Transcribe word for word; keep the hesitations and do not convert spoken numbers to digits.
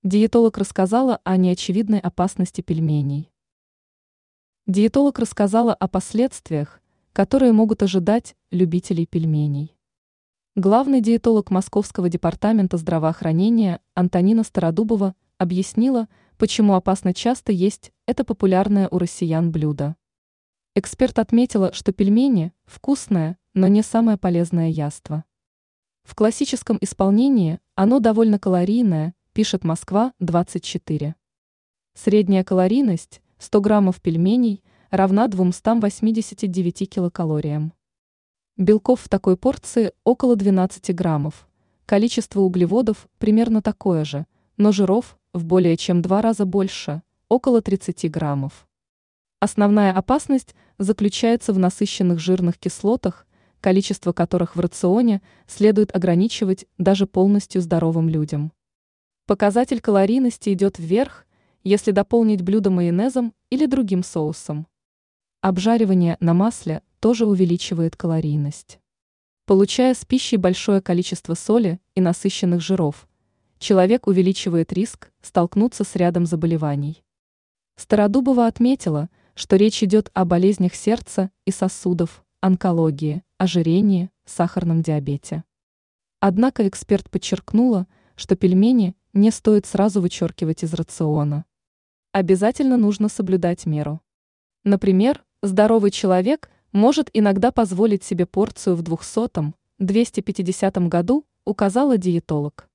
Диетолог рассказала о неочевидной опасности пельменей. Диетолог рассказала о последствиях, которые могут ожидать любителей пельменей. Главный диетолог Московского департамента здравоохранения Антонина Стародубова объяснила, почему опасно часто есть это популярное у россиян блюдо. Эксперт отметила, что пельмени – вкусное, но не самое полезное яство. В классическом исполнении оно довольно калорийное, пишет Москва двадцать четыре. Средняя калорийность сто граммов пельменей равна двумстам восьмидесяти девяти килокалориям. Белков в такой порции около двенадцати граммов, количество углеводов примерно такое же, но жиров в более чем два раза больше, около тридцати граммов. Основная опасность заключается в насыщенных жирных кислотах, количество которых в рационе следует ограничивать даже полностью здоровым людям. Показатель калорийности идет вверх, если дополнить блюдо майонезом или другим соусом. Обжаривание на масле тоже увеличивает калорийность. Получая с пищей большое количество соли и насыщенных жиров, человек увеличивает риск столкнуться с рядом заболеваний. Стародубова отметила, что речь идет о болезнях сердца и сосудов, онкологии, ожирении, сахарном диабете. Однако эксперт подчеркнула, что пельмени не стоит сразу вычеркивать из рациона. Обязательно нужно соблюдать меру. Например, здоровый человек может иногда позволить себе порцию в двухсотом - двухсот пятидесятом году, указала диетолог.